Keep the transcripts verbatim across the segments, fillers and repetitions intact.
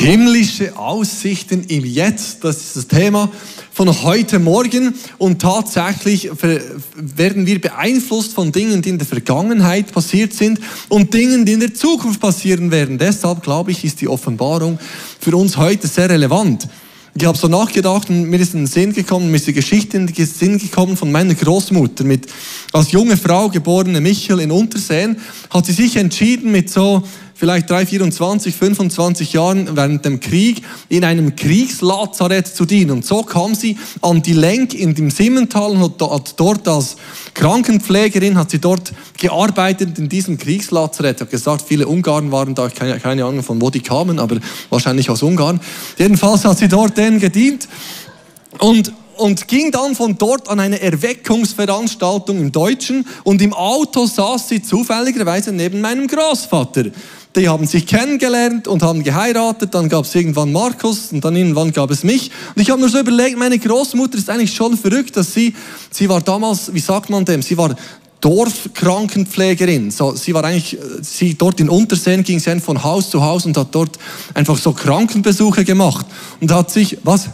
Himmlische Aussichten im Jetzt, das ist das Thema von heute Morgen. Und tatsächlich werden wir beeinflusst von Dingen, die in der Vergangenheit passiert sind und Dingen, die in der Zukunft passieren werden. Deshalb, glaube ich, ist die Offenbarung für uns heute sehr relevant. Ich habe so nachgedacht und mir ist in den Sinn gekommen, mir ist die Geschichte in den Sinn gekommen von meiner Großmutter. Mit, als junge Frau, geborene Michel in Unterseen, hat sie sich entschieden, mit so vielleicht drei, vierundzwanzig, fünfundzwanzig Jahren während dem Krieg in einem Kriegslazarett zu dienen. Und so kam sie an die Lenk in dem Simmental und hat dort als Krankenpflegerin hat sie dort gearbeitet in diesem Kriegslazarett. Ich habe gesagt, viele Ungarn waren da, keine, keine Ahnung von wo die kamen, aber wahrscheinlich aus Ungarn. Jedenfalls hat sie dort denen gedient und Und ging dann von dort an eine Erweckungsveranstaltung im Deutschen und im Auto saß sie zufälligerweise neben meinem Großvater. Die haben sich kennengelernt und haben geheiratet, dann gab es irgendwann Markus und dann irgendwann gab es mich. Und ich habe mir so überlegt, meine Großmutter ist eigentlich schon verrückt, dass sie, sie war damals, wie sagt man dem, sie war Dorfkrankenpflegerin. So, sie war eigentlich, sie dort in Unterseen ging sie von Haus zu Haus und hat dort einfach so Krankenbesuche gemacht und hat sich, was?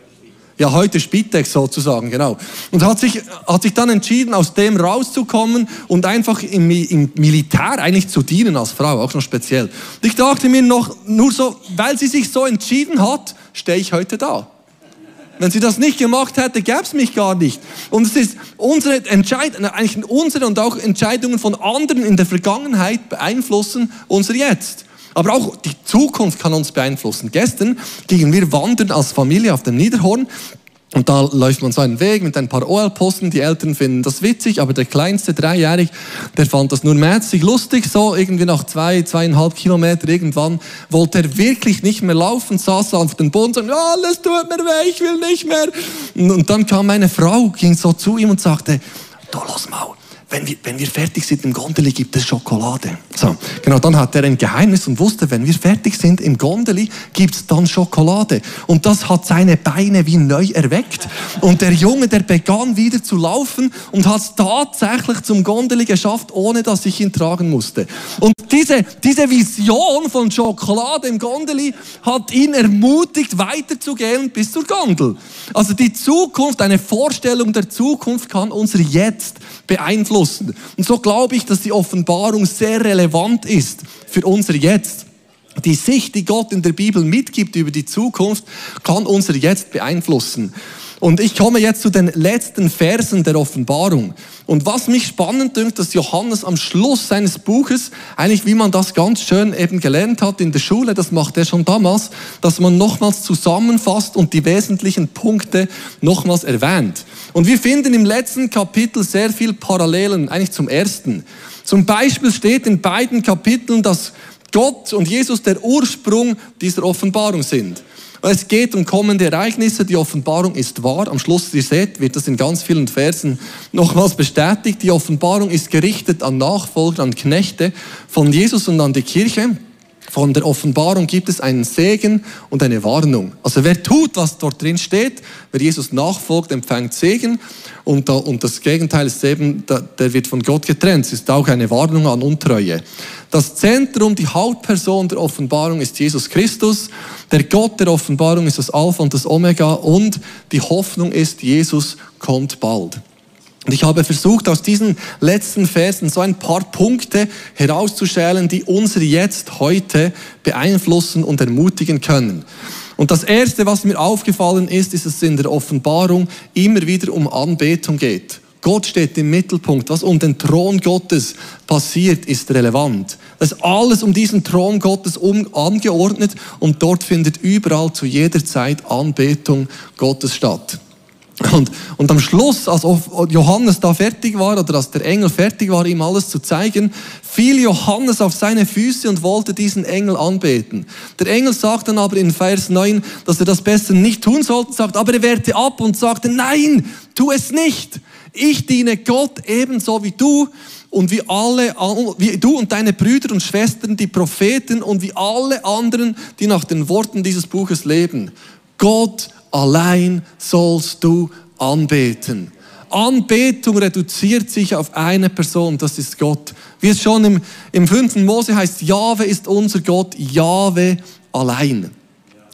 Ja, heute Spitex sozusagen, genau. Und hat sich, hat sich dann entschieden, aus dem rauszukommen und einfach im, im Militär eigentlich zu dienen als Frau, auch noch speziell. Und ich dachte mir noch, nur so, weil sie sich so entschieden hat, stehe ich heute da. Wenn sie das nicht gemacht hätte, gäbe es mich gar nicht. Und es ist unsere Entscheidung, eigentlich unsere und auch Entscheidungen von anderen in der Vergangenheit beeinflussen unser Jetzt. Aber auch die Zukunft kann uns beeinflussen. Gestern gingen wir wandern als Familie auf dem Niederhorn. Und da läuft man so einen Weg mit ein paar O L-Posten. Die Eltern finden das witzig, aber der kleinste, dreijährig, der fand das nur mäßig lustig. So irgendwie nach zwei, zweieinhalb Kilometer irgendwann wollte er wirklich nicht mehr laufen, saß auf dem Boden und sagte, oh, alles tut mir weh, ich will nicht mehr. Und, und dann kam meine Frau, ging so zu ihm und sagte, du, los mal. Wenn wir, wenn wir fertig sind im Gondeli, gibt es Schokolade. So, genau, dann hat er ein Geheimnis und wusste, wenn wir fertig sind im Gondeli, gibt es dann Schokolade. Und das hat seine Beine wie neu erweckt. Und der Junge, der begann wieder zu laufen und hat es tatsächlich zum Gondeli geschafft, ohne dass ich ihn tragen musste. Und diese, diese Vision von Schokolade im Gondeli hat ihn ermutigt, weiterzugehen bis zur Gondel. Also die Zukunft, eine Vorstellung der Zukunft kann unser Jetzt beeinflussen. Und so glaube ich, dass die Offenbarung sehr relevant ist für unser Jetzt. Die Sicht, die Gott in der Bibel mitgibt über die Zukunft, kann unser Jetzt beeinflussen. Und ich komme jetzt zu den letzten Versen der Offenbarung. Und was mich spannend dünkt, dass Johannes am Schluss seines Buches, eigentlich wie man das ganz schön eben gelernt hat in der Schule, das macht er schon damals, dass man nochmals zusammenfasst und die wesentlichen Punkte nochmals erwähnt. Und wir finden im letzten Kapitel sehr viel Parallelen, eigentlich zum ersten. Zum Beispiel steht in beiden Kapiteln, dass Gott und Jesus der Ursprung dieser Offenbarung sind. Es geht um kommende Ereignisse, die Offenbarung ist wahr. Am Schluss, ihr seht, wird das in ganz vielen Versen nochmals bestätigt. Die Offenbarung ist gerichtet an Nachfolger, an Knechte von Jesus und an die Kirche. Von der Offenbarung gibt es einen Segen und eine Warnung. Also wer tut, was dort drin steht, wer Jesus nachfolgt, empfängt Segen. Und, da, und das Gegenteil ist eben, der wird von Gott getrennt. Es ist auch eine Warnung an Untreue. Das Zentrum, die Hauptperson der Offenbarung ist Jesus Christus. Der Gott der Offenbarung ist das Alpha und das Omega. Und die Hoffnung ist, Jesus kommt bald. Und ich habe versucht, aus diesen letzten Versen so ein paar Punkte herauszuschälen, die unser Jetzt heute beeinflussen und ermutigen können. Und das Erste, was mir aufgefallen ist, ist, dass es in der Offenbarung immer wieder um Anbetung geht. Gott steht im Mittelpunkt. Was um den Thron Gottes passiert, ist relevant. Das ist alles um diesen Thron Gottes um, angeordnet und dort findet überall zu jeder Zeit Anbetung Gottes statt. Und, und am Schluss, als Johannes da fertig war, oder als der Engel fertig war, ihm alles zu zeigen, fiel Johannes auf seine Füße und wollte diesen Engel anbeten. Der Engel sagt dann aber in Vers neun, dass er das besser nicht tun sollte, sagt, aber er wehrte ab und sagte, nein, tu es nicht. Ich diene Gott ebenso wie du und wie alle, wie du und deine Brüder und Schwestern, die Propheten und wie alle anderen, die nach den Worten dieses Buches leben. Gott allein sollst du anbeten. Anbetung reduziert sich auf eine Person, das ist Gott. Wie es schon im, im fünften Mose heißt, Jahwe ist unser Gott, Jahwe allein.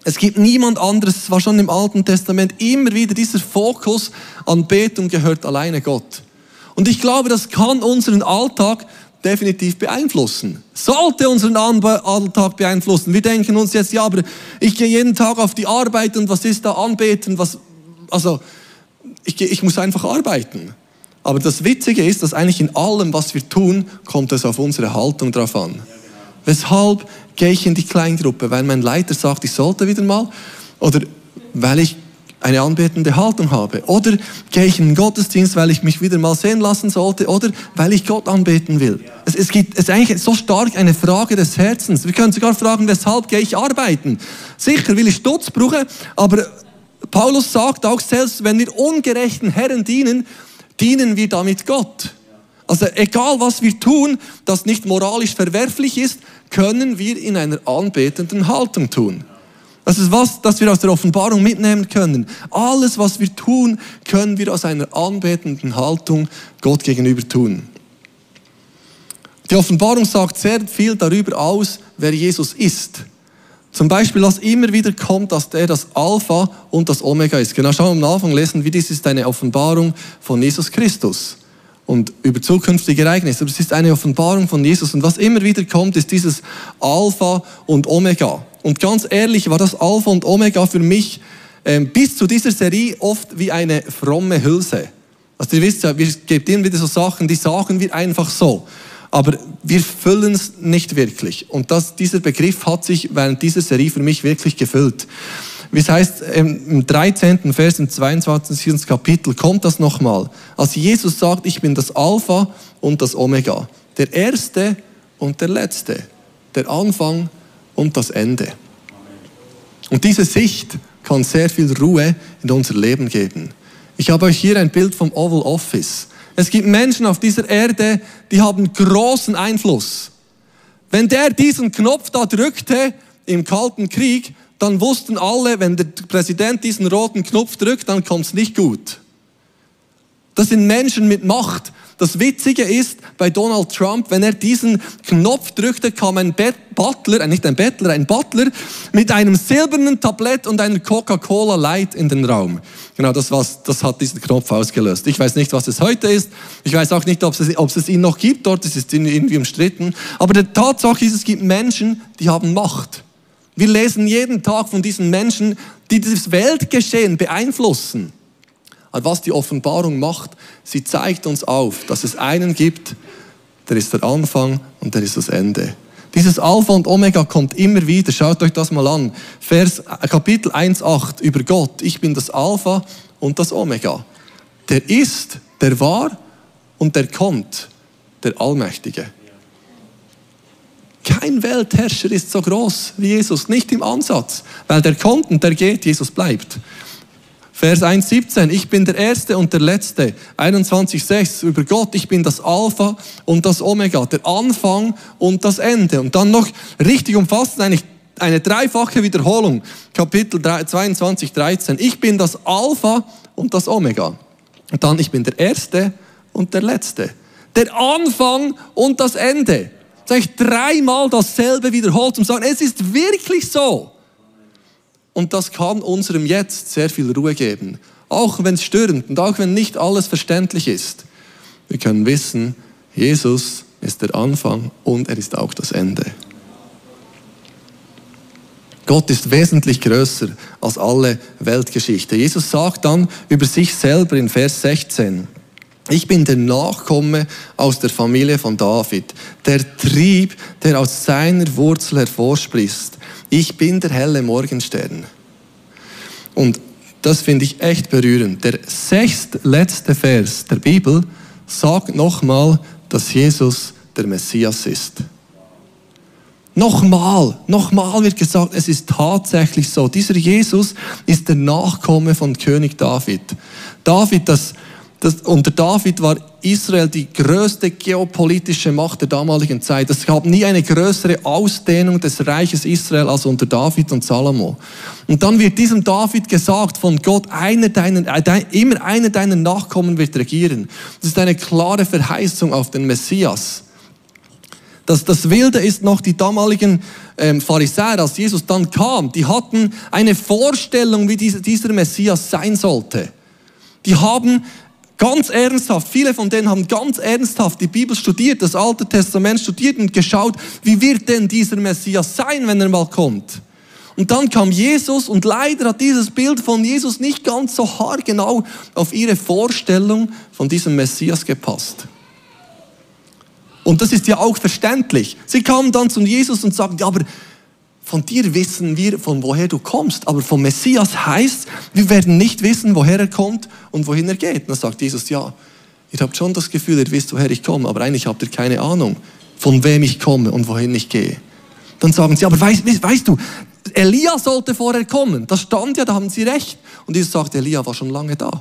Es gibt niemand anderes, es war schon im Alten Testament immer wieder dieser Fokus, Anbetung gehört alleine Gott. Und ich glaube, das kann unseren Alltag definitiv beeinflussen. Sollte unseren Alltag beeinflussen. Wir denken uns jetzt, ja, aber ich gehe jeden Tag auf die Arbeit und was ist da anbeten? Was, also, ich, ich muss einfach arbeiten. Aber das Witzige ist, dass eigentlich in allem, was wir tun, kommt es auf unsere Haltung drauf an. Weshalb gehe ich in die Kleingruppe? Weil mein Leiter sagt, ich sollte wieder mal? Oder weil ich eine anbetende Haltung habe? Oder gehe ich in den Gottesdienst, weil ich mich wieder mal sehen lassen sollte? Oder weil ich Gott anbeten will? Es, es, gibt, es ist eigentlich so stark eine Frage des Herzens. Wir können sogar fragen, weshalb gehe ich arbeiten? Sicher will ich Stutz brauchen, aber Paulus sagt auch, selbst wenn wir ungerechten Herren dienen, dienen wir damit Gott. Also egal was wir tun, das nicht moralisch verwerflich ist, können wir in einer anbetenden Haltung tun. Das ist was, das wir aus der Offenbarung mitnehmen können. Alles, was wir tun, können wir aus einer anbetenden Haltung Gott gegenüber tun. Die Offenbarung sagt sehr viel darüber aus, wer Jesus ist. Zum Beispiel, was immer wieder kommt, dass er das Alpha und das Omega ist. Genau, schauen wir am Anfang lesen, wie dies ist eine Offenbarung von Jesus Christus. Und über zukünftige Ereignisse. Aber es ist eine Offenbarung von Jesus. Und was immer wieder kommt, ist dieses Alpha und Omega. Und ganz ehrlich war das Alpha und Omega für mich ähm, bis zu dieser Serie oft wie eine fromme Hülse. Also ihr wisst ja, es gibt immer wieder so Sachen, die sagen wir einfach so. Aber wir füllen es nicht wirklich. Und das, dieser Begriff hat sich während dieser Serie für mich wirklich gefüllt. Wie es heißt, im dreizehnten Vers, im zweiundzwanzigsten Kapitel kommt das nochmal. Als Jesus sagt, ich bin das Alpha und das Omega. Der Erste und der Letzte. Der Anfang und das Ende. Und diese Sicht kann sehr viel Ruhe in unser Leben geben. Ich habe euch hier ein Bild vom Oval Office. Es gibt Menschen auf dieser Erde, die haben großen Einfluss. Wenn der diesen Knopf da drückte im Kalten Krieg, dann wussten alle, wenn der Präsident diesen roten Knopf drückt, dann kommt es nicht gut. Das sind Menschen mit Macht. Das Witzige ist, bei Donald Trump, wenn er diesen Knopf drückte, kam ein Butler, nicht ein Bettler, ein Butler mit einem silbernen Tablett und einer Coca-Cola Light in den Raum. Genau, das, was, das hat diesen Knopf ausgelöst. Ich weiß nicht, was es heute ist. Ich weiß auch nicht, ob es, ob es ihn noch gibt dort. Das ist irgendwie umstritten. Aber die Tatsache ist, es gibt Menschen, die haben Macht. Wir lesen jeden Tag von diesen Menschen, die das Weltgeschehen beeinflussen. Aber was die Offenbarung macht, sie zeigt uns auf, dass es einen gibt, der ist der Anfang und der ist das Ende. Dieses Alpha und Omega kommt immer wieder. Schaut euch das mal an. Vers, Kapitel eins acht über Gott. Ich bin das Alpha und das Omega. Der ist, der war und der kommt, der Allmächtige. Kein Weltherrscher ist so groß wie Jesus, nicht im Ansatz. Weil der kommt und der geht, Jesus bleibt. Vers eins siebzehn, ich bin der Erste und der Letzte. einundzwanzig sechs, über Gott, ich bin das Alpha und das Omega, der Anfang und das Ende. Und dann noch richtig umfassend, eigentlich eine dreifache Wiederholung. Kapitel zweiundzwanzig dreizehn, ich bin das Alpha und das Omega. Und dann, ich bin der Erste und der Letzte. Der Anfang und das Ende. Das ist dreimal dasselbe wiederholt, um zu sagen, es ist wirklich so. Und das kann unserem Jetzt sehr viel Ruhe geben. Auch wenn es störend und auch wenn nicht alles verständlich ist. Wir können wissen, Jesus ist der Anfang und er ist auch das Ende. Gott ist wesentlich größer als alle Weltgeschichte. Jesus sagt dann über sich selber in Vers sechzehn, ich bin der Nachkomme aus der Familie von David, der Trieb, der aus seiner Wurzel hervorsprießt. Ich bin der helle Morgenstern. Und das finde ich echt berührend. Der sechstletzte Vers der Bibel sagt nochmal, dass Jesus der Messias ist. Nochmal, nochmal wird gesagt, es ist tatsächlich so. Dieser Jesus ist der Nachkomme von König David. David, das Das, unter David war Israel die größte geopolitische Macht der damaligen Zeit. Es gab nie eine größere Ausdehnung des Reiches Israel als unter David und Salomo. Und dann wird diesem David gesagt von Gott, einer deiner, immer einer deiner Nachkommen wird regieren. Das ist eine klare Verheißung auf den Messias. Das, das Wilde ist noch, die damaligen ähm, Pharisäer, als Jesus dann kam, die hatten eine Vorstellung, wie dieser, dieser Messias sein sollte. Die haben ganz ernsthaft, viele von denen haben ganz ernsthaft die Bibel studiert, das Alte Testament studiert und geschaut, wie wird denn dieser Messias sein, wenn er mal kommt. Und dann kam Jesus und leider hat dieses Bild von Jesus nicht ganz so haargenau auf ihre Vorstellung von diesem Messias gepasst. Und das ist ja auch verständlich. Sie kamen dann zu Jesus und sagten, ja, aber von dir wissen wir, von woher du kommst. Aber vom Messias heißt, wir werden nicht wissen, woher er kommt und wohin er geht. Und dann sagt Jesus, ja, ihr habt schon das Gefühl, ihr wisst, woher ich komme, aber eigentlich habt ihr keine Ahnung, von wem ich komme und wohin ich gehe. Dann sagen sie, aber weißt, weißt du, Elia sollte vorher kommen. Das stand ja, da haben sie recht. Und Jesus sagt, Elia war schon lange da.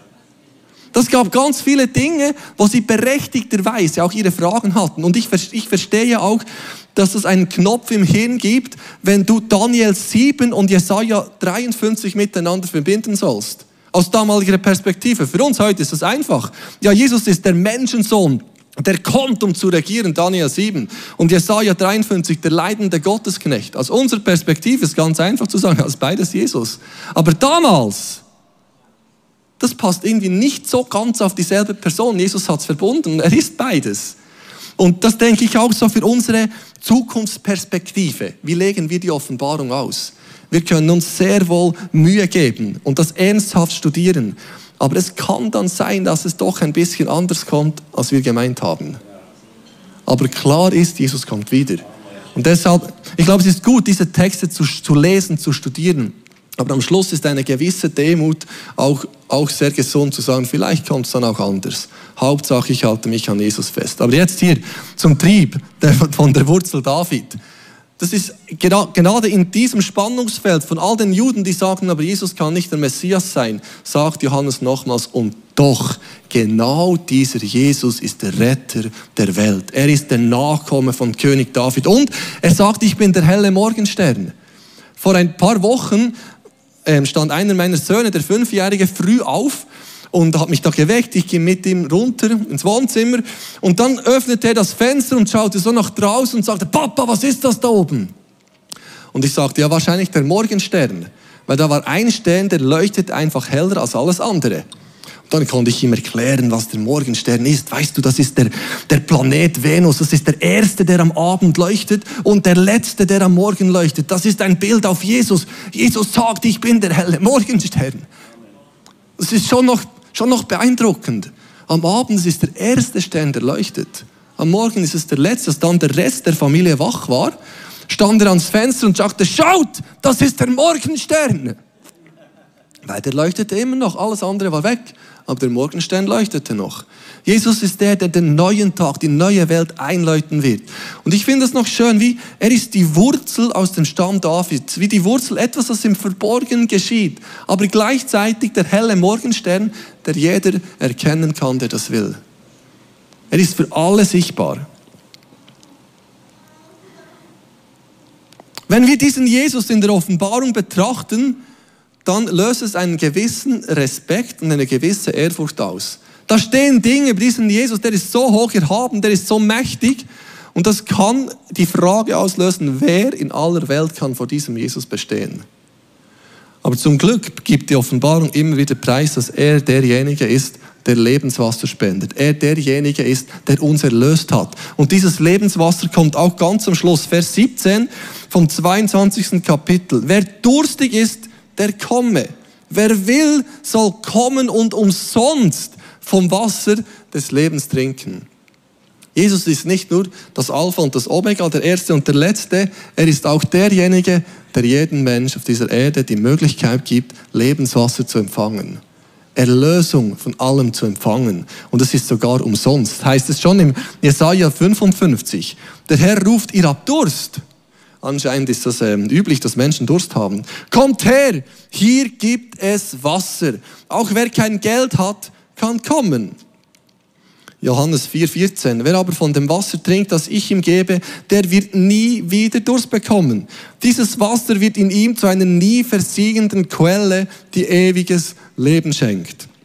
Das gab ganz viele Dinge, wo sie berechtigterweise auch ihre Fragen hatten. Und ich, ich verstehe auch, dass es einen Knopf im Hirn gibt, wenn du Daniel sieben und Jesaja dreiundfünfzig miteinander verbinden sollst. Aus damaliger Perspektive. Für uns heute ist das einfach. Ja, Jesus ist der Menschensohn. Der kommt, um zu regieren, Daniel sieben. Und Jesaja dreiundfünfzig, der leidende Gottesknecht. Aus unserer Perspektive ist ganz einfach zu sagen, als beides Jesus. Aber damals, das passt irgendwie nicht so ganz auf dieselbe Person. Jesus hat es verbunden, er ist beides. Und das denke ich auch so für unsere Zukunftsperspektive. Wie legen wir die Offenbarung aus? Wir können uns sehr wohl Mühe geben und das ernsthaft studieren. Aber es kann dann sein, dass es doch ein bisschen anders kommt, als wir gemeint haben. Aber klar ist, Jesus kommt wieder. Und deshalb, ich glaube, es ist gut, diese Texte zu, zu lesen, zu studieren. Aber am Schluss ist eine gewisse Demut auch, auch sehr gesund zu sagen, vielleicht kommt es dann auch anders. Hauptsache, ich halte mich an Jesus fest. Aber jetzt hier zum Trieb der, von der Wurzel David. Das ist gerade in diesem Spannungsfeld von all den Juden, die sagen, aber Jesus kann nicht der Messias sein, sagt Johannes nochmals, und doch, genau dieser Jesus ist der Retter der Welt. Er ist der Nachkomme von König David. Und er sagt, ich bin der helle Morgenstern. Vor ein paar Wochen stand einer meiner Söhne, der Fünfjährige, früh auf und hat mich da geweckt. Ich ging mit ihm runter ins Wohnzimmer und dann öffnete er das Fenster und schaute so nach draußen und sagte, Papa, was ist das da oben? Und ich sagte, ja, wahrscheinlich der Morgenstern, weil da war ein Stern, der leuchtet einfach heller als alles andere. Und dann konnte ich ihm erklären, was der Morgenstern ist. Weißt du, das ist der, der Planet Venus. Das ist der erste, der am Abend leuchtet und der letzte, der am Morgen leuchtet. Das ist ein Bild auf Jesus. Jesus sagt, ich bin der helle Morgenstern. Das ist schon noch, schon noch beeindruckend. Am Abend ist es der erste Stern, der leuchtet. Am Morgen ist es der letzte. Als dann der Rest der Familie wach war, stand er ans Fenster und sagte, schaut, das ist der Morgenstern. Weil der leuchtete immer noch, alles andere war weg. Aber der Morgenstern leuchtete noch. Jesus ist der, der den neuen Tag, die neue Welt einläuten wird. Und ich finde es noch schön, wie er ist die Wurzel aus dem Stamm Davids, wie die Wurzel etwas, das im Verborgenen geschieht, aber gleichzeitig der helle Morgenstern, der jeder erkennen kann, der das will. Er ist für alle sichtbar. Wenn wir diesen Jesus in der Offenbarung betrachten, dann löst es einen gewissen Respekt und eine gewisse Ehrfurcht aus. Da stehen Dinge über diesen Jesus, der ist so hoch erhaben, der ist so mächtig und das kann die Frage auslösen, wer in aller Welt kann vor diesem Jesus bestehen. Aber zum Glück gibt die Offenbarung immer wieder Preis, dass er derjenige ist, der Lebenswasser spendet. Er derjenige ist, der uns erlöst hat. Und dieses Lebenswasser kommt auch ganz am Schluss, Vers siebzehn vom zweiundzwanzigsten Kapitel. Wer durstig ist, der komme. Wer will, soll kommen und umsonst vom Wasser des Lebens trinken. Jesus ist nicht nur das Alpha und das Omega, der Erste und der Letzte. Er ist auch derjenige, der jedem Mensch auf dieser Erde die Möglichkeit gibt, Lebenswasser zu empfangen. Erlösung von allem zu empfangen. Und es ist sogar umsonst. Heißt es schon im Jesaja fünfundfünfzig. Der Herr ruft, ihr habt Durst. Anscheinend ist das ähm, üblich, dass Menschen Durst haben. Kommt her, hier gibt es Wasser. Auch wer kein Geld hat, kann kommen. Johannes vier vierzehn. Wer aber von dem Wasser trinkt, das ich ihm gebe, der wird nie wieder Durst bekommen. Dieses Wasser wird in ihm zu einer nie versiegenden Quelle, die ewiges Leben schenkt.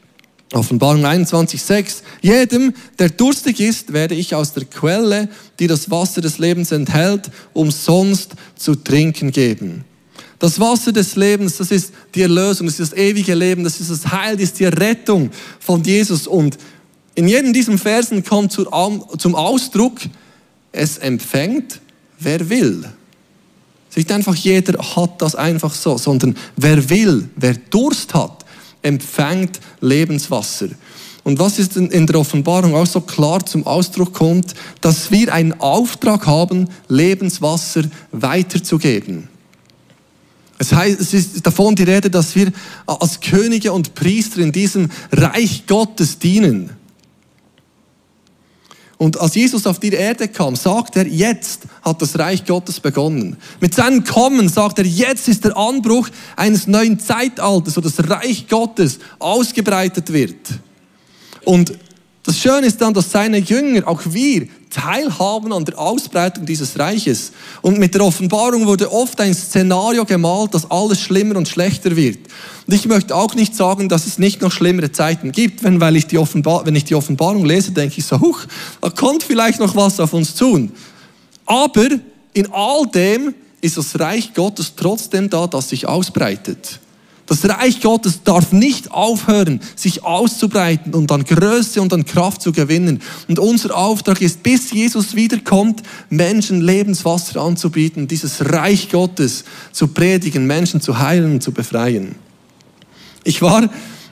Offenbarung einundzwanzig, sechs. Jedem, der durstig ist, werde ich aus der Quelle, die das Wasser des Lebens enthält, umsonst zu trinken geben. Das Wasser des Lebens, das ist die Erlösung, das ist das ewige Leben, das ist das Heil, das ist die Rettung von Jesus. Und in jedem diesen Versen kommt zum Ausdruck, es empfängt, wer will. Nicht einfach jeder hat das einfach so, sondern wer will, wer Durst hat, empfängt Lebenswasser. Und was ist in der Offenbarung auch so klar zum Ausdruck kommt, dass wir einen Auftrag haben, Lebenswasser weiterzugeben. Es heißt, es ist davon die Rede, dass wir als Könige und Priester in diesem Reich Gottes dienen. Und als Jesus auf die Erde kam, sagt er, jetzt hat das Reich Gottes begonnen. Mit seinem Kommen sagt er, jetzt ist der Anbruch eines neuen Zeitalters, wo das Reich Gottes ausgebreitet wird. Und das Schöne ist dann, dass seine Jünger, auch wir, teilhaben an der Ausbreitung dieses Reiches. Und mit der Offenbarung wurde oft ein Szenario gemalt, dass alles schlimmer und schlechter wird. Und ich möchte auch nicht sagen, dass es nicht noch schlimmere Zeiten gibt, wenn, weil ich die Offenbar- wenn ich die Offenbarung lese, denke ich so, huch, da kommt vielleicht noch was auf uns zu. Aber in all dem ist das Reich Gottes trotzdem da, das sich ausbreitet. Das Reich Gottes darf nicht aufhören, sich auszubreiten und an Größe und an Kraft zu gewinnen. Und unser Auftrag ist, bis Jesus wiederkommt, Menschen Lebenswasser anzubieten, dieses Reich Gottes zu predigen, Menschen zu heilen und zu befreien. Ich war,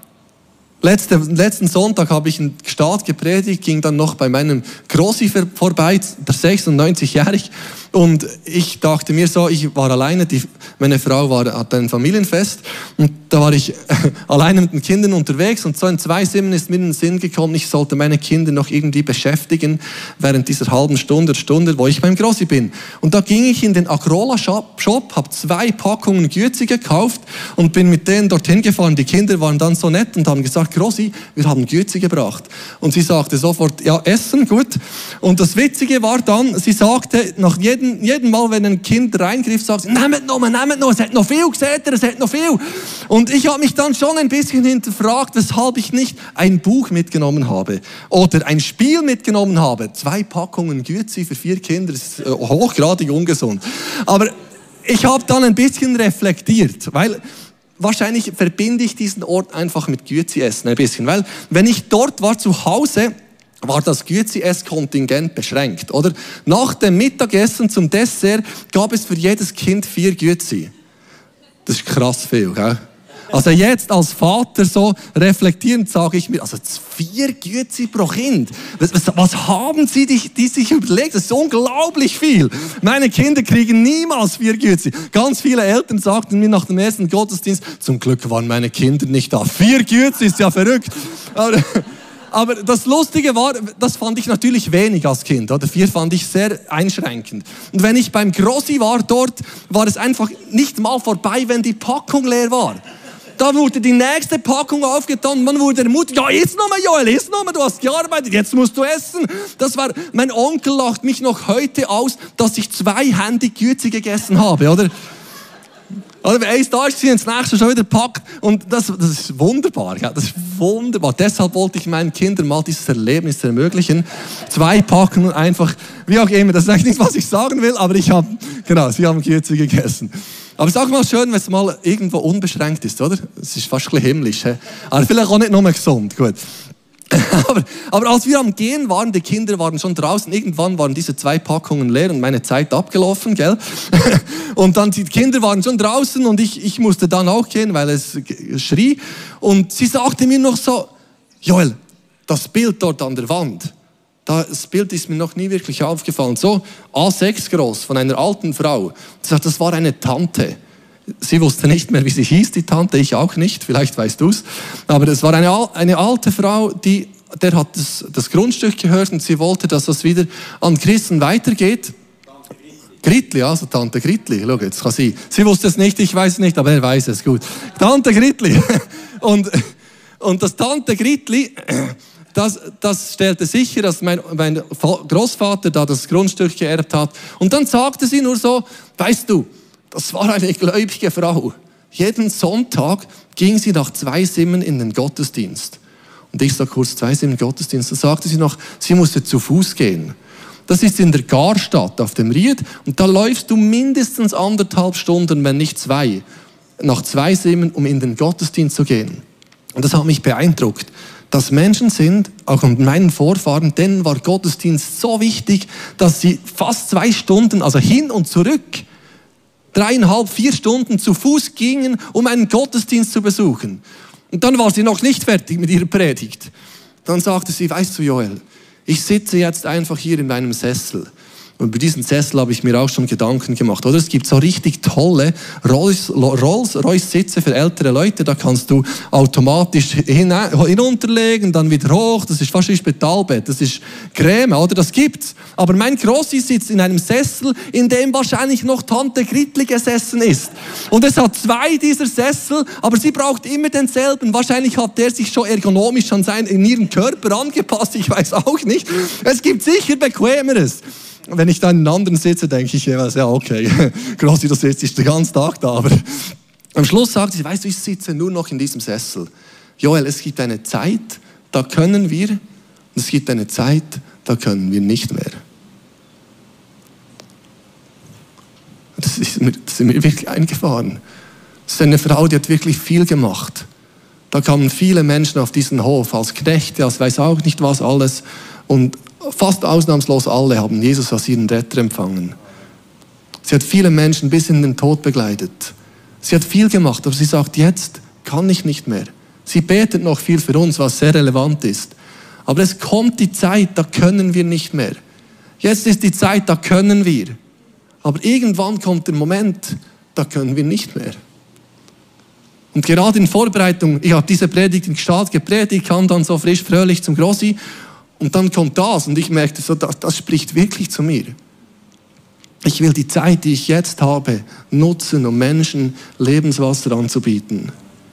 letzte, letzten Sonntag habe ich in Gstaad gepredigt, ging dann noch bei meinem Grossi vorbei, der sechsundneunzigjährig. Und ich dachte mir so, ich war alleine, die, meine Frau war, hatte ein Familienfest und da war ich alleine mit den Kindern unterwegs und so in zwei Simmen ist mir in den Sinn gekommen, ich sollte meine Kinder noch irgendwie beschäftigen während dieser halben Stunde, Stunde, wo ich beim Grossi bin. Und da ging ich in den Agrola-Shop, Shop, habe zwei Packungen Güezi gekauft und bin mit denen dorthin gefahren. Die Kinder waren dann so nett und haben gesagt, Grossi, wir haben Güezi gebracht. Und sie sagte sofort, ja, essen, gut. Und das Witzige war dann, sie sagte, nach jedem Jeden, jeden Mal, wenn ein Kind reingriff, sagt sie, nehmt noch, nehmt noch, es hat noch viel, seht ihr, es hat noch viel. Und ich habe mich dann schon ein bisschen hinterfragt, weshalb ich nicht ein Buch mitgenommen habe oder ein Spiel mitgenommen habe. Zwei Packungen Güezi für vier Kinder, ist äh, hochgradig ungesund. Aber ich habe dann ein bisschen reflektiert, weil wahrscheinlich verbinde ich diesen Ort einfach mit Güezi essen ein bisschen, weil wenn ich dort war zu Hause, war das Güezi-Ess-Kontingent beschränkt, oder? Nach dem Mittagessen zum Dessert gab es für jedes Kind vier Güezi. Das ist krass viel, gell? Also jetzt als Vater so reflektierend sage ich mir, also vier Güezi pro Kind. Was, was, was haben Sie die, die sich überlegt? Das ist unglaublich viel. Meine Kinder kriegen niemals vier Güezi. Ganz viele Eltern sagten mir nach dem ersten Gottesdienst, zum Glück waren meine Kinder nicht da. Vier Güezi ist ja verrückt. Aber, Aber das Lustige war, das fand ich natürlich wenig als Kind. Oder? Vier fand ich sehr einschränkend. Und wenn ich beim Grossi war dort, war es einfach nicht mal vorbei, wenn die Packung leer war. Da wurde die nächste Packung aufgetan, man wurde ermutigt, ja, iss noch mal, Joel, iss noch mal, du hast gearbeitet, jetzt musst du essen. Das war, mein Onkel lacht mich noch heute aus, dass ich zweihändig Güezi gegessen habe, oder? Oder wenn eins da ist, ins nächste schon wieder packt. Und das, das ist wunderbar. Ja, das ist wunderbar. Deshalb wollte ich meinen Kindern mal dieses Erlebnis ermöglichen. Zwei packen und einfach, wie auch immer. Das ist eigentlich nicht, was ich sagen will, aber ich habe, genau, sie haben Güezi gegessen. Aber es ist auch mal schön, wenn es mal irgendwo unbeschränkt ist, oder? Es ist fast ein bisschen himmlisch. He? Aber vielleicht auch nicht nur gesund. Gut. aber, aber als wir am Gehen waren, die Kinder waren schon draußen, irgendwann waren diese zwei Packungen leer und meine Zeit abgelaufen, gell? Und dann die Kinder waren schon draußen und ich, ich musste dann auch gehen, weil es schrie. Und sie sagte mir noch so, Joel, das Bild dort an der Wand, das Bild ist mir noch nie wirklich aufgefallen. So A sechs groß von einer alten Frau. Sie sagt, das war eine Tante. Sie wusste nicht mehr, wie sie hieß, die Tante, ich auch nicht, vielleicht weißt du es. Aber es war eine, eine alte Frau, die, der hat das, das Grundstück gehört und sie wollte, dass das wieder an Christen weitergeht. Gritli, also Tante Gritli, schau, jetzt kann sie. Sie wusste es nicht, ich weiß es nicht, aber er weiß es, gut. Tante Gritli. Und, und das Tante Gritli, das, das stellte sicher, dass mein, mein Großvater da das Grundstück geerbt hat. Und dann sagte sie nur so, weißt du, das war eine gläubige Frau. Jeden Sonntag ging sie nach zwei Simmen in den Gottesdienst. Und ich sage kurz zwei sind im Gottesdienst. Da sagte sie noch, sie musste zu Fuß gehen. Das ist in der Garstadt auf dem Ried und da läufst du mindestens anderthalb Stunden, wenn nicht zwei, nach zwei Simmen, um in den Gottesdienst zu gehen. Und das hat mich beeindruckt, dass Menschen sind, auch mit meinen Vorfahren, denen war Gottesdienst so wichtig, dass sie fast zwei Stunden, also hin und zurück, dreieinhalb, vier Stunden zu Fuß gingen, um einen Gottesdienst zu besuchen. Und dann war sie noch nicht fertig mit ihrer Predigt. Dann sagte sie, weißt du Joel, ich sitze jetzt einfach hier in meinem Sessel. Und über diesen Sessel habe ich mir auch schon Gedanken gemacht. Oder es gibt so richtig tolle Rolls-Royce-Sitze für ältere Leute. Da kannst du automatisch hinunterlegen, dann wieder hoch. Das ist fast wie ein Spitalbett. Das ist Creme, oder? Das gibt's. Aber mein Grossi sitzt in einem Sessel, in dem wahrscheinlich noch Tante Gritli gesessen ist. Und es hat zwei dieser Sessel, aber sie braucht immer denselben. Wahrscheinlich hat der sich schon ergonomisch an seinen, in ihren Körper angepasst. Ich weiß auch nicht. Es gibt sicher Bequemeres. Wenn ich dann in einem anderen sitze, denke ich jeweils, ja okay, Grossi, du sitzt den ganzen Tag da. Aber am Schluss sagt sie, weißt du, ich sitze nur noch in diesem Sessel. Joel, es gibt eine Zeit, da können wir, und es gibt eine Zeit, da können wir nicht mehr. Das ist mir, das ist mir wirklich eingefahren. Das ist eine Frau, die hat wirklich viel gemacht. Da kamen viele Menschen auf diesen Hof, als Knechte, als weiß auch nicht was alles. Und fast ausnahmslos alle haben Jesus als ihren Retter empfangen. Sie hat viele Menschen bis in den Tod begleitet. Sie hat viel gemacht, aber sie sagt, jetzt kann ich nicht mehr. Sie betet noch viel für uns, was sehr relevant ist. Aber es kommt die Zeit, da können wir nicht mehr. Jetzt ist die Zeit, da können wir. Aber irgendwann kommt der Moment, da können wir nicht mehr. Und gerade in Vorbereitung, ich habe diese Predigt in Gstaad gepredigt, kam dann so frisch, fröhlich zum Grossi. Und dann kommt das und ich merkte, so, das, das spricht wirklich zu mir. Ich will die Zeit, die ich jetzt habe, nutzen, um Menschen Lebenswasser anzubieten.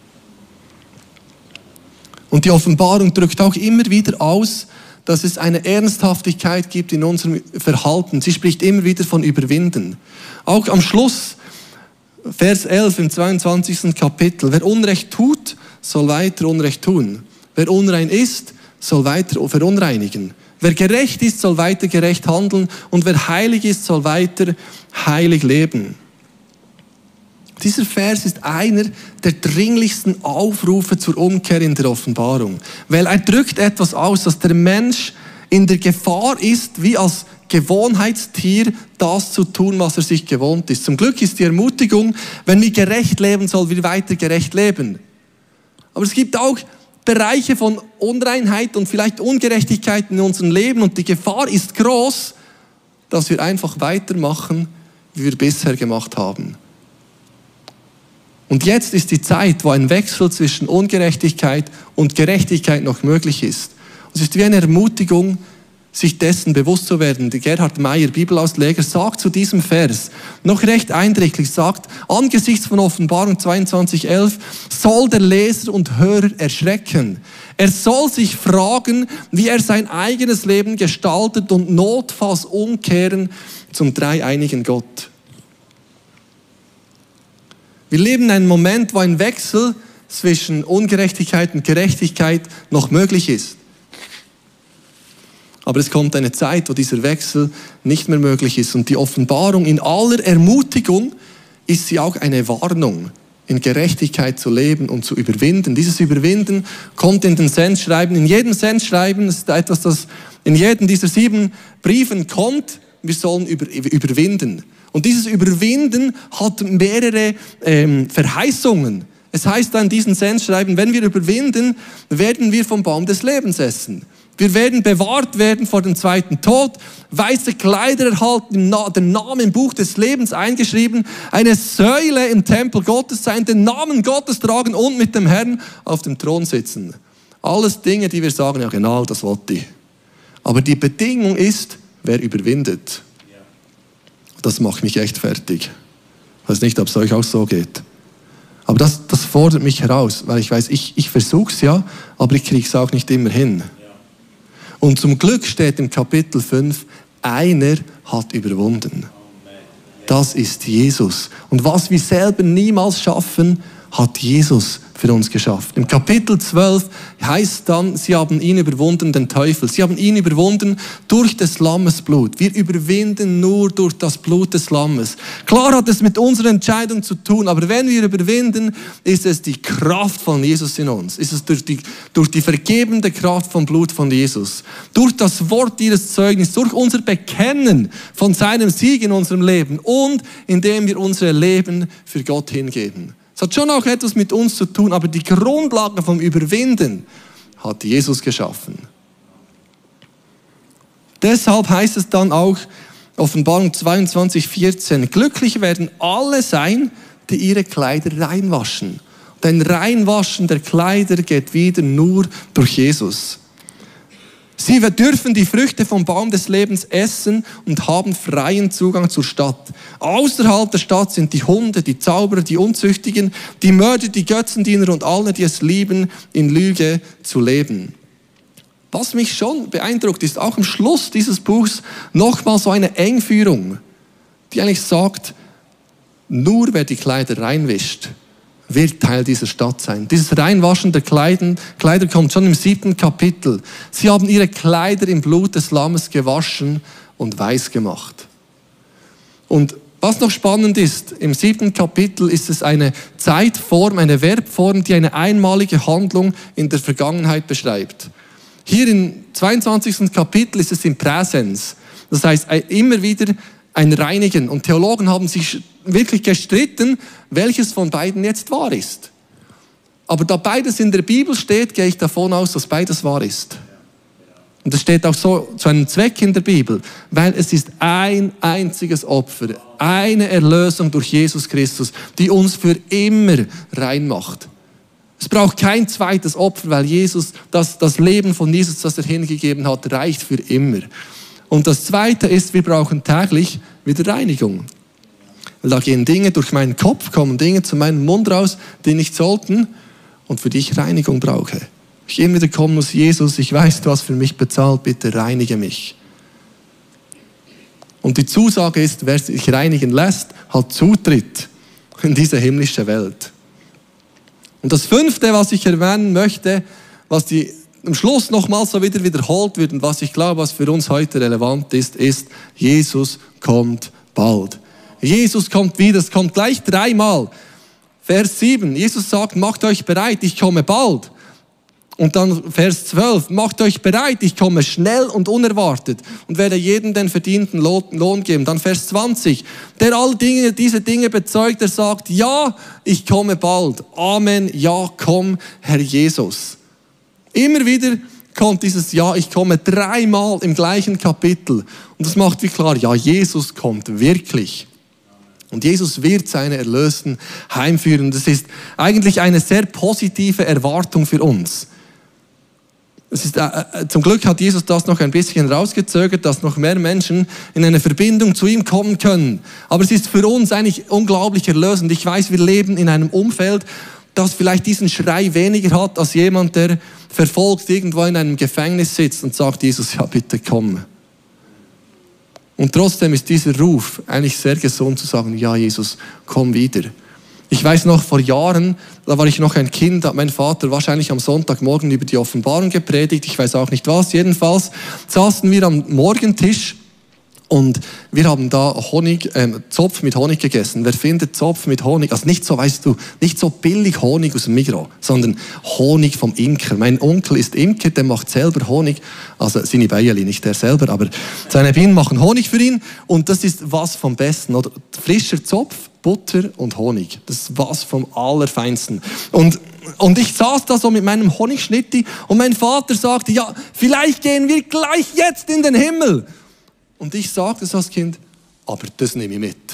Und die Offenbarung drückt auch immer wieder aus, dass es eine Ernsthaftigkeit gibt in unserem Verhalten. Sie spricht immer wieder von Überwinden. Auch am Schluss, Vers elf im zweiundzwanzigsten Kapitel. Wer Unrecht tut, soll weiter Unrecht tun. Wer unrein ist, soll weiter verunreinigen. Wer gerecht ist, soll weiter gerecht handeln und wer heilig ist, soll weiter heilig leben. Dieser Vers ist einer der dringlichsten Aufrufe zur Umkehr in der Offenbarung, weil er drückt etwas aus, dass der Mensch in der Gefahr ist, wie als Gewohnheitstier das zu tun, was er sich gewohnt ist. Zum Glück ist die Ermutigung, wenn wir gerecht leben, sollen wir weiter gerecht leben. Aber es gibt auch Bereiche von Unreinheit und vielleicht Ungerechtigkeit in unserem Leben und die Gefahr ist groß, dass wir einfach weitermachen, wie wir bisher gemacht haben. Und jetzt ist die Zeit, wo ein Wechsel zwischen Ungerechtigkeit und Gerechtigkeit noch möglich ist. Es ist wie eine Ermutigung, sich dessen bewusst zu werden. Der Gerhard Meyer, Bibelausleger, sagt zu diesem Vers, noch recht eindrücklich, sagt, angesichts von Offenbarung zweiundzwanzig elf soll der Leser und Hörer erschrecken. Er soll sich fragen, wie er sein eigenes Leben gestaltet und notfalls umkehren zum dreieinigen Gott. Wir leben in einem Moment, wo ein Wechsel zwischen Ungerechtigkeit und Gerechtigkeit noch möglich ist. Aber es kommt eine Zeit, wo dieser Wechsel nicht mehr möglich ist. Und die Offenbarung in aller Ermutigung ist sie auch eine Warnung, in Gerechtigkeit zu leben und zu überwinden. Dieses Überwinden kommt in den Sendschreiben. In jedem Sendschreiben, das ist etwas, das in jedem dieser sieben Briefen kommt, wir sollen über, überwinden. Und dieses Überwinden hat mehrere ähm, Verheißungen. Es heißt dann in diesen Sendschreiben, wenn wir überwinden, werden wir vom Baum des Lebens essen. Wir werden bewahrt werden vor dem zweiten Tod, weiße Kleider erhalten, den Namen im Buch des Lebens eingeschrieben, eine Säule im Tempel Gottes sein, den Namen Gottes tragen und mit dem Herrn auf dem Thron sitzen. Alles Dinge, die wir sagen, ja genau, das wollte ich. Aber die Bedingung ist, wer überwindet. Das macht mich echt fertig. Ich weiß nicht, ob es euch auch so geht. Aber das, das fordert mich heraus, weil ich weiß, ich, ich versuche es ja, aber ich kriege es auch nicht immer hin. Und zum Glück steht im Kapitel fünf, einer hat überwunden. Das ist Jesus. Und was wir selber niemals schaffen, hat Jesus für uns geschafft. Im Kapitel zwölf heißt dann, sie haben ihn überwunden, den Teufel. Sie haben ihn überwunden durch des Lammes Blut. Wir überwinden nur durch das Blut des Lammes. Klar hat es mit unserer Entscheidung zu tun, aber wenn wir überwinden, ist es die Kraft von Jesus in uns. Ist es durch die, durch die vergebende Kraft vom Blut von Jesus. Durch das Wort ihres Zeugnisses, durch unser Bekennen von seinem Sieg in unserem Leben und indem wir unser Leben für Gott hingeben. Es hat schon auch etwas mit uns zu tun, aber die Grundlage vom Überwinden hat Jesus geschaffen. Deshalb heißt es dann auch, Offenbarung zweiundzwanzig, vierzehn, glücklich werden alle sein, die ihre Kleider reinwaschen. Denn Reinwaschen der Kleider geht wieder nur durch Jesus. Sie dürfen die Früchte vom Baum des Lebens essen und haben freien Zugang zur Stadt. Außerhalb der Stadt sind die Hunde, die Zauberer, die Unzüchtigen, die Mörder, die Götzendiener und alle, die es lieben, in Lüge zu leben. Was mich schon beeindruckt, ist auch am Schluss dieses Buchs nochmal so eine Engführung, die eigentlich sagt, nur wer die Kleider reinwischt, wird Teil dieser Stadt sein. Dieses Reinwaschen der Kleider, Kleider kommt schon im siebten Kapitel. Sie haben ihre Kleider im Blut des Lammes gewaschen und weiß gemacht. Und was noch spannend ist, im siebten Kapitel ist es eine Zeitform, eine Verbform, die eine einmalige Handlung in der Vergangenheit beschreibt. Hier im zweiundzwanzigsten Kapitel ist es im Präsens. Das heißt, immer wieder ein Reinigen. Und Theologen haben sich wirklich gestritten, welches von beiden jetzt wahr ist. Aber da beides in der Bibel steht, gehe ich davon aus, dass beides wahr ist. Und das steht auch so zu einem Zweck in der Bibel, weil es ist ein einziges Opfer, eine Erlösung durch Jesus Christus, die uns für immer rein macht. Es braucht kein zweites Opfer, weil Jesus, das, das Leben von Jesus, das er hingegeben hat, reicht für immer. Und das Zweite ist, wir brauchen täglich wieder Reinigung. Weil da gehen Dinge durch meinen Kopf, kommen Dinge zu meinem Mund raus, die nicht sollten und für die ich Reinigung brauche. Ich immer wieder kommen muss, Jesus, ich weiß, du hast für mich bezahlt, bitte reinige mich. Und die Zusage ist, wer sich reinigen lässt, hat Zutritt in diese himmlische Welt. Und das Fünfte, was ich erwähnen möchte, was die am Schluss nochmal so wieder wiederholt wird und was ich glaube, was für uns heute relevant ist, ist, Jesus kommt bald. Jesus kommt wieder, es kommt gleich dreimal. Vers sieben, Jesus sagt, macht euch bereit, ich komme bald. Und dann Vers zwölf, macht euch bereit, ich komme schnell und unerwartet und werde jedem den verdienten Lohn geben. Dann Vers zwanzig, der all Dinge, diese Dinge bezeugt, der sagt, ja, ich komme bald. Amen, ja, komm, Herr Jesus. Immer wieder kommt dieses Ja, ich komme dreimal im gleichen Kapitel. Und das macht wie klar, ja, Jesus kommt wirklich. Und Jesus wird seine Erlösten heimführen. Das ist eigentlich eine sehr positive Erwartung für uns. Es ist, äh, zum Glück hat Jesus das noch ein bisschen rausgezögert, dass noch mehr Menschen in eine Verbindung zu ihm kommen können. Aber es ist für uns eigentlich unglaublich erlösend. Ich weiß, wir leben in einem Umfeld, das vielleicht diesen Schrei weniger hat als jemand, der verfolgt irgendwo in einem Gefängnis sitzt und sagt, Jesus, ja bitte komm. Und trotzdem ist dieser Ruf eigentlich sehr gesund zu sagen, ja Jesus, komm wieder. Ich weiß noch, vor Jahren, da war ich noch ein Kind, hat mein Vater wahrscheinlich am Sonntagmorgen über die Offenbarung gepredigt, ich weiß auch nicht was, jedenfalls saßen wir am Morgentisch und wir haben da Honig, ähm, Zopf mit Honig gegessen. Wer findet Zopf mit Honig? Also nicht so, weißt du, nicht so billig Honig aus dem Migros, sondern Honig vom Imker. Mein Onkel ist Imker, der macht selber Honig. Also seine Beijeli, nicht der selber, aber seine Bienen machen Honig für ihn. Und das ist was vom Besten, oder? Frischer Zopf, Butter und Honig. Das ist was vom Allerfeinsten. Und, und ich saß da so mit meinem Honigschnitti und mein Vater sagte, ja, vielleicht gehen wir gleich jetzt in den Himmel. Und ich sagte so als Kind, aber das nehme ich mit.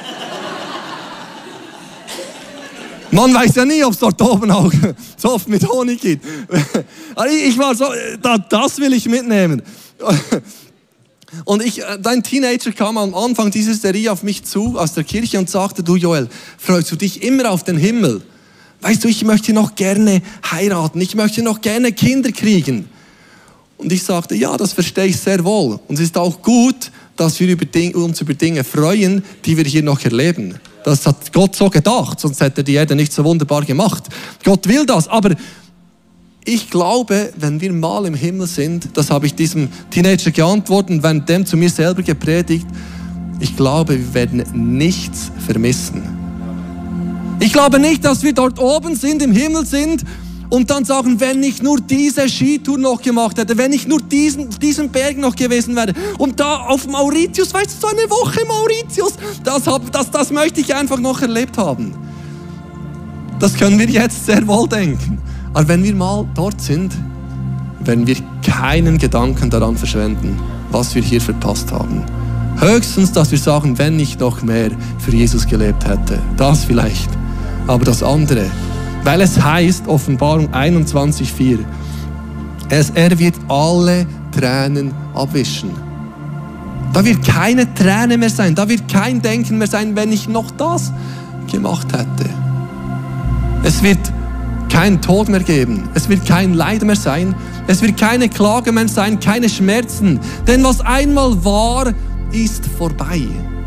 Man weiß ja nie, ob es dort oben auch so oft mit Honig gibt. Ich war so, das will ich mitnehmen. Und ich, dein Teenager kam am Anfang dieser Serie auf mich zu, aus der Kirche und sagte, du Joel, freust du dich immer auf den Himmel? Weißt du, ich möchte noch gerne heiraten, ich möchte noch gerne Kinder kriegen. Und ich sagte, ja, das verstehe ich sehr wohl. Und es ist auch gut, dass wir über Dinge, uns über Dinge freuen, die wir hier noch erleben. Das hat Gott so gedacht, sonst hätte er die Erde nicht so wunderbar gemacht. Gott will das, aber ich glaube, wenn wir mal im Himmel sind, das habe ich diesem Teenager geantwortet und während dem zu mir selber gepredigt, ich glaube, wir werden nichts vermissen. Ich glaube nicht, dass wir dort oben sind, im Himmel sind und dann sagen, wenn ich nur diese Skitour noch gemacht hätte, wenn ich nur diesen, diesen Berg noch gewesen wäre und da auf Mauritius, weißt du, so eine Woche Mauritius, das, hab, das, das möchte ich einfach noch erlebt haben. Das können wir jetzt sehr wohl denken. Aber wenn wir mal dort sind, werden wir keinen Gedanken daran verschwenden, was wir hier verpasst haben. Höchstens, dass wir sagen, wenn ich noch mehr für Jesus gelebt hätte. Das vielleicht. Aber das andere, weil es heißt, Offenbarung einundzwanzig vier, es, er wird alle Tränen abwischen. Da wird keine Träne mehr sein, da wird kein Denken mehr sein, wenn ich noch das gemacht hätte. Es wird keinen Tod mehr geben, es wird kein Leid mehr sein, es wird keine Klage mehr sein, keine Schmerzen. Denn was einmal war, ist vorbei.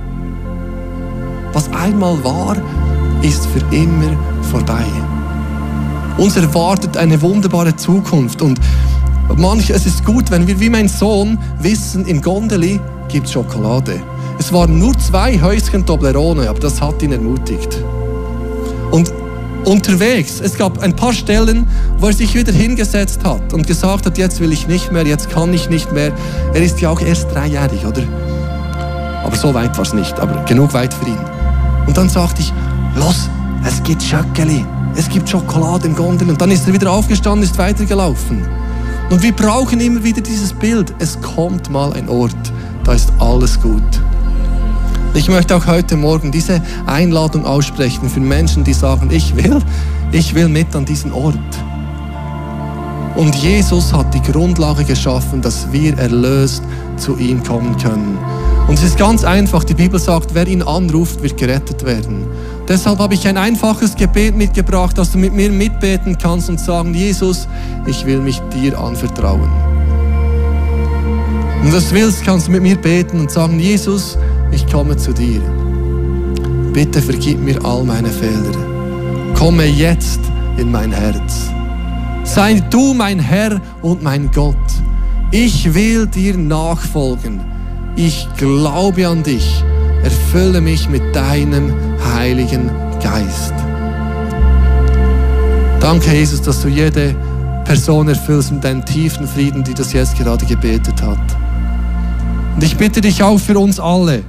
Was einmal war, ist für immer vorbei. Uns erwartet eine wunderbare Zukunft und manch, es ist gut, wenn wir wie mein Sohn wissen, in Gondeli gibt es Schokolade. Es waren nur zwei Häuschen Toblerone, aber das hat ihn ermutigt. Und unterwegs, es gab ein paar Stellen, wo er sich wieder hingesetzt hat und gesagt hat, jetzt will ich nicht mehr, jetzt kann ich nicht mehr. Er ist ja auch erst dreijährig, oder? Aber so weit war es nicht, aber genug weit für ihn. Und dann sagte ich, los, es gibt Schöckeli, es gibt Schokolade im Gondel. Und dann ist er wieder aufgestanden, ist weitergelaufen. Und wir brauchen immer wieder dieses Bild. Es kommt mal ein Ort, da ist alles gut. Ich möchte auch heute Morgen diese Einladung aussprechen für Menschen, die sagen, ich will, ich will mit an diesen Ort. Und Jesus hat die Grundlage geschaffen, dass wir erlöst zu ihm kommen können. Und es ist ganz einfach, die Bibel sagt, wer ihn anruft, wird gerettet werden. Deshalb habe ich ein einfaches Gebet mitgebracht, dass du mit mir mitbeten kannst und sagen, Jesus, ich will mich dir anvertrauen. Und wenn du das willst, kannst du mit mir beten und sagen, Jesus, ich komme zu dir. Bitte vergib mir all meine Fehler. Komme jetzt in mein Herz. Sei du mein Herr und mein Gott. Ich will dir nachfolgen. Ich glaube an dich. Erfülle mich mit deinem Heiligen Geist. Danke, Jesus, dass du jede Person erfüllst mit deinem tiefen Frieden, die das jetzt gerade gebetet hat. Und ich bitte dich auch für uns alle,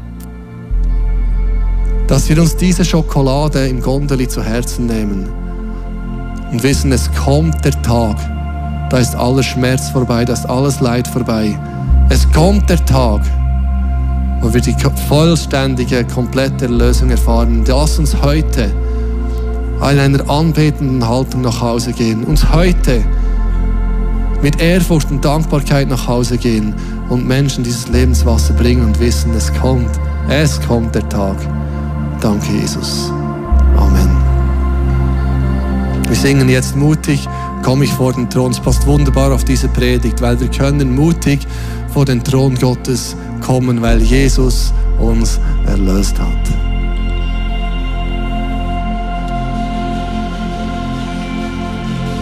dass wir uns diese Schokolade im Gondeli zu Herzen nehmen und wissen, es kommt der Tag, da ist aller Schmerz vorbei, da ist alles Leid vorbei. Es kommt der Tag, wo wir die vollständige, komplette Erlösung erfahren. Lass uns heute in einer anbetenden Haltung nach Hause gehen, uns heute mit Ehrfurcht und Dankbarkeit nach Hause gehen und Menschen dieses Lebenswasser bringen und wissen, es kommt, es kommt der Tag. Danke, Jesus. Amen. Wir singen jetzt mutig, komme ich vor den Thron. Es passt wunderbar auf diese Predigt, weil wir können mutig vor den Thron Gottes kommen, weil Jesus uns erlöst hat.